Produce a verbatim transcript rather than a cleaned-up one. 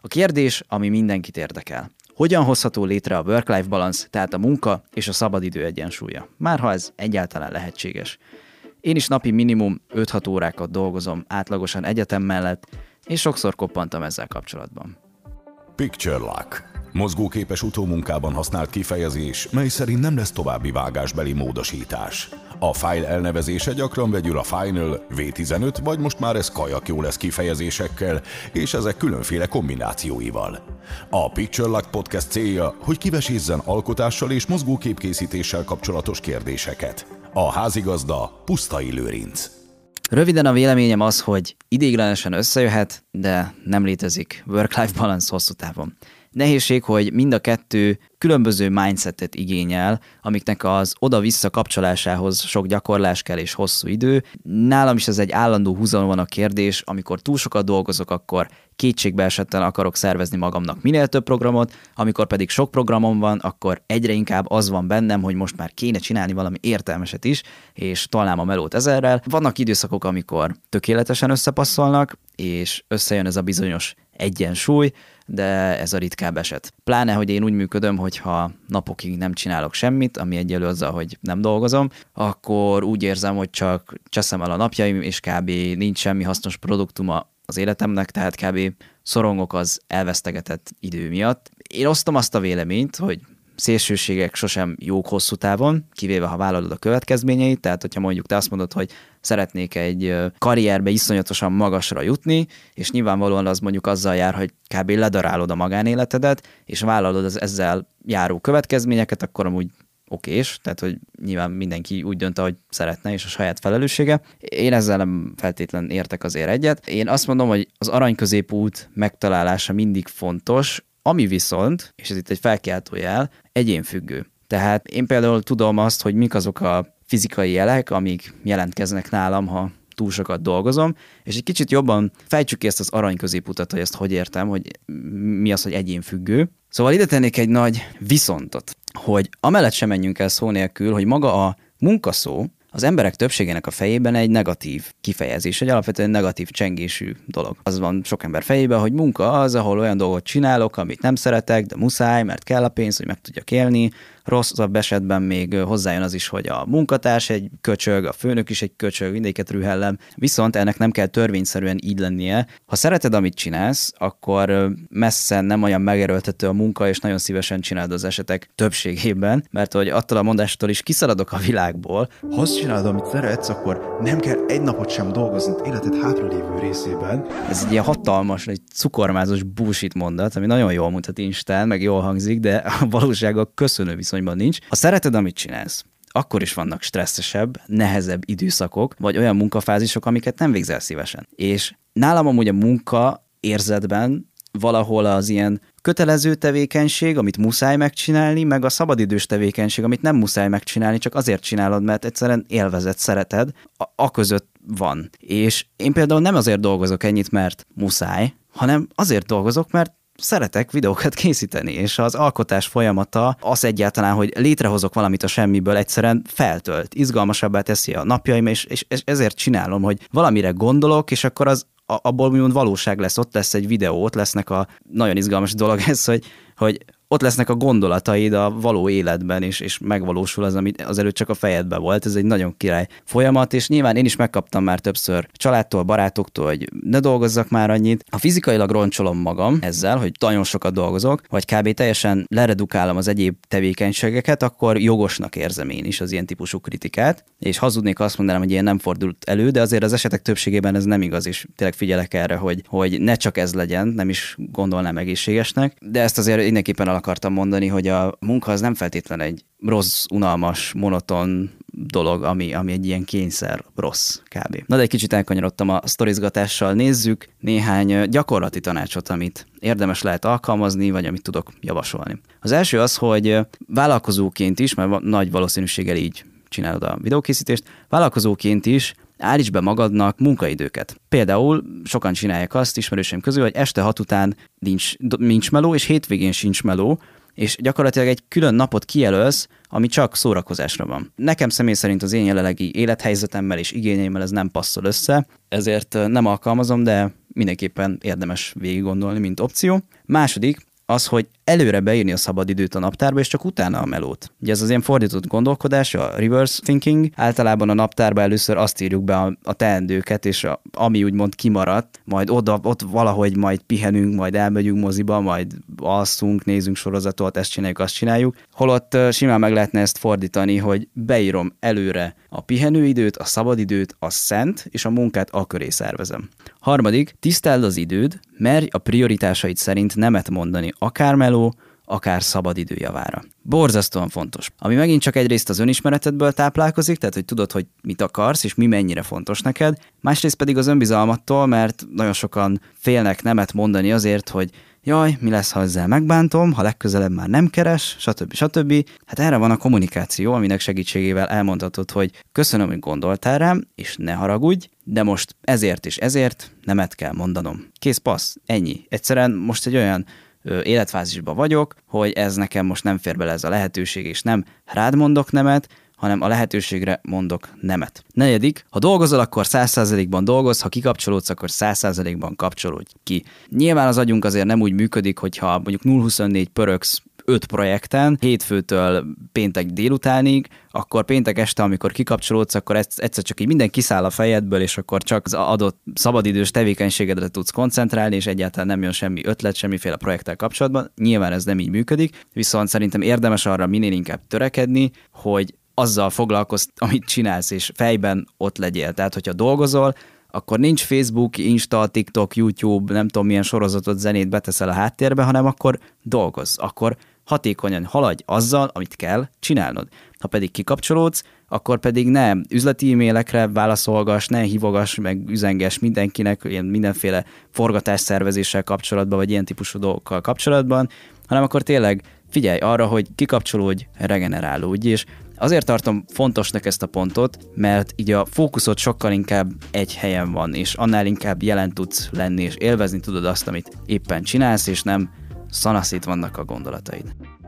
A kérdés, ami mindenkit érdekel. Hogyan hozható létre a work-life balance, tehát a munka és a szabadidő egyensúlya? Márha ez egyáltalán lehetséges. Én is napi minimum öt-hat órákat dolgozom átlagosan egyetem mellett, és sokszor koppantam ezzel kapcsolatban. Picture Lock. Mozgóképes utómunkában használt kifejezés, mely szerint nem lesz további vágásbeli módosítás. A file elnevezése gyakran vegyül a Final, vé tizenöt, vagy most már ez kajak jó lesz kifejezésekkel, és ezek különféle kombinációival. A Picture Lock podcast célja, hogy kivesézzen alkotással és mozgóképkészítéssel kapcsolatos kérdéseket. A házigazda Pusztai Lőrinc. Röviden a véleményem az, hogy ideiglenesen összejöhet, de nem létezik work-life balance hosszú távon. Nehézség, hogy mind a kettő különböző mindsetet igényel, amiknek az oda-vissza kapcsolásához sok gyakorlás kell és hosszú idő. Nálam is ez egy állandó húzalom van a kérdés, amikor túl sokat dolgozok, akkor kétségbe esetten akarok szervezni magamnak minél több programot, amikor pedig sok programom van, akkor egyre inkább az van bennem, hogy most már kéne csinálni valami értelmeset is, és tolnám a melót ezerrel. Vannak időszakok, amikor tökéletesen összepasszolnak, és összejön ez a bizonyos egyensúly, de ez a ritkább eset. Pláne, hogy én úgy működöm, hogyha napokig nem csinálok semmit, ami egyelő azzal, hogy nem dolgozom, akkor úgy érzem, hogy csak cseszem el a napjaim, és kb. Nincs semmi hasznos produktuma az életemnek, tehát kb. Szorongok az elvesztegetett idő miatt. Én osztom azt a véleményt, hogy szélsőségek sosem jók hosszú távon, kivéve ha vállalod a következményeit, tehát hogyha mondjuk te azt mondod, hogy szeretnék egy karrierbe iszonyatosan magasra jutni, és nyilvánvalóan az mondjuk azzal jár, hogy kb. Ledarálod a magánéletedet, és vállalod az ezzel járó következményeket, akkor amúgy okés, tehát hogy nyilván mindenki úgy dönt, ahogy szeretne, és a saját felelőssége. Én ezzel nem feltétlen értek azért egyet. Én azt mondom, hogy az arany középút megtalálása mindig fontos, ami viszont, és ez itt egy felkiáltójel, egyénfüggő. Tehát én például tudom azt, hogy mik azok a fizikai jelek, amik jelentkeznek nálam, ha túl sokat dolgozom, és egy kicsit jobban fejtsük ki ezt az arany középutat, hogy ezt hogy értem, hogy mi az, hogy egyénfüggő. Szóval ide tennék egy nagy viszontot, hogy amellett sem menjünk el szó nélkül, hogy maga a munkaszó az emberek többségének a fejében egy negatív kifejezés, egy alapvetően negatív csengésű dolog. Az van sok ember fejében, hogy munka az, ahol olyan dolgot csinálok, amit nem szeretek, de muszáj, mert kell a pénz, hogy meg tudjak élni. Rosszabb esetben még hozzájön az is, hogy a munkatárs egy köcsög, a főnök is egy köcsög, mindegyiket rühellem. Viszont ennek nem kell törvényszerűen így lennie. Ha szereted, amit csinálsz, akkor messze nem olyan megerőltető a munka, és nagyon szívesen csinálod az esetek többségében, mert hogy attól a mondástól is kiszaladok a világból. Ha azt csinálod, amit szeretsz, akkor nem kell egy napot sem dolgozni életed hátralévő részében. Ez egy ilyen hatalmas, egy cukormázos bullshit mondat, ami nagyon jól mutat Instán, meg jól hangzik, de a valósággal köszönő viszonyban nincs. Ha szereted, amit csinálsz, akkor is vannak stresszesebb, nehezebb időszakok, vagy olyan munkafázisok, amiket nem végzel szívesen. És nálam amúgy a munka érzetben valahol az ilyen kötelező tevékenység, amit muszáj megcsinálni, meg a szabadidős tevékenység, amit nem muszáj megcsinálni, csak azért csinálod, mert egyszerűen élvezed, szereted, a, a között van. És én például nem azért dolgozok ennyit, mert muszáj, hanem azért dolgozok, mert szeretek videókat készíteni, és az alkotás folyamata az egyáltalán, hogy létrehozok valamit a semmiből, egyszerűen feltölt, izgalmasabbá teszi a napjaim, és, és, és ezért csinálom, hogy valamire gondolok, és akkor az abból úgymond valóság lesz, ott lesz egy videó, ott lesznek a nagyon izgalmas dolog ez, hogy, hogy ott lesznek a gondolataid a való életben, és, és megvalósul az, amit azelőtt csak a fejedben volt. Ez egy nagyon király folyamat, és nyilván én is megkaptam már többször családtól, barátoktól, hogy ne dolgozzak már annyit. Ha fizikailag roncsolom magam ezzel, hogy nagyon sokat dolgozok, vagy kb. Teljesen leredukálom az egyéb tevékenységeket, akkor jogosnak érzem én is az ilyen típusú kritikát, és hazudnék azt mondanám, hogy ilyen nem fordult elő, de azért az esetek többségében ez nem igaz, és tényleg figyelek erre, hogy, hogy ne csak ez legyen, nem is gondolnám egészségesnek, de ezt azért mindenképpen el akartam mondani, hogy a munka az nem feltétlen egy rossz, unalmas, monoton dolog, ami, ami egy ilyen kényszer rossz kb. Na de egy kicsit elkanyarodtam a sztorizgatással, nézzük néhány gyakorlati tanácsot, amit érdemes lehet alkalmazni, vagy amit tudok javasolni. Az első az, hogy vállalkozóként is, mert nagy valószínűséggel így csinálod a videókészítést, vállalkozóként is állíts be magadnak munkaidőket. Például sokan csinálják azt ismerőseim közül, hogy este hat után nincs, nincs meló, és hétvégén sincs meló, és gyakorlatilag egy külön napot kijelölsz, ami csak szórakozásra van. Nekem személy szerint az én jelenlegi élethelyzetemmel és igényeimmel ez nem passzol össze, ezért nem alkalmazom, de mindenképpen érdemes végig gondolni, mint opció. Második, az, hogy előre beírni a szabadidőt a naptárba, és csak utána a melót. Ugye ez az ilyen fordított gondolkodás, a reverse thinking. Általában a naptárba először azt írjuk be a, a teendőket, és a, ami úgymond kimaradt, majd oda, ott valahogy majd pihenünk, majd elmegyünk moziba, majd alszunk, nézünk sorozatot, ezt csináljuk, azt csináljuk. Holott simán meg lehetne ezt fordítani, hogy beírom előre a pihenőidőt, a szabadidőt, a szent, és a munkát a köré szervezem. Harmadik, tiszteld az időd, merj a prioritásaid szerint nemet mondani, akár meló, akár szabadidő javára. Borzasztóan fontos. Ami megint csak egyrészt az önismeretedből táplálkozik, tehát hogy tudod, hogy mit akarsz, és mi mennyire fontos neked, másrészt pedig az önbizalmattól, mert nagyon sokan félnek nemet mondani azért, hogy jaj, mi lesz, ha ezzel megbántom, ha legközelebb már nem keres, stb. stb. Hát erre van a kommunikáció, aminek segítségével elmondhatod, hogy köszönöm, hogy gondoltál rám, és ne haragudj, de most ezért és ezért nemet kell mondanom. Kész, passz, ennyi. Egyszerűen most egy olyan ö, életfázisban vagyok, hogy ez nekem most nem fér bele ez a lehetőség, és nem rád mondok nemet, hanem a lehetőségre mondok nemet. Negyedik, ha dolgozol, akkor száz százalékban dolgoz, ha kikapcsolódsz, akkor száz százalékban kapcsolódj ki. Nyilván az agyunk azért nem úgy működik, hogyha mondjuk nulla huszonnégy pöröksz öt projekten, hétfőtől péntek délutánig, akkor péntek este, amikor kikapcsolódsz, akkor egyszer csak így minden kiszáll a fejedből, és akkor csak az adott szabadidős tevékenységedre tudsz koncentrálni, és egyáltalán nem jön semmi ötlet, semmiféle projekttel kapcsolatban. Nyilván ez nem így működik, viszont szerintem érdemes arra minél inkább törekedni, hogy azzal foglalkozz, amit csinálsz, és fejben ott legyél. Tehát, hogyha dolgozol, akkor nincs Facebook, Insta, TikTok, YouTube, nem tudom milyen sorozatot, zenét beteszel a háttérbe, hanem akkor dolgozz, akkor hatékonyan haladj azzal, amit kell csinálnod. Ha pedig kikapcsolódsz, akkor pedig ne üzleti e-mailekre válaszolgass, ne hívogass, meg üzenges mindenkinek ilyen mindenféle forgatásszervezéssel kapcsolatban, vagy ilyen típusú dolgokkal kapcsolatban, hanem akkor tényleg figyelj arra, hogy kikapcsolódj, regenerálódj, és azért tartom fontosnak ezt a pontot, mert így a fókuszod sokkal inkább egy helyen van, és annál inkább jelen tudsz lenni, és élvezni tudod azt, amit éppen csinálsz, és nem szanaszét vannak a gondolataid.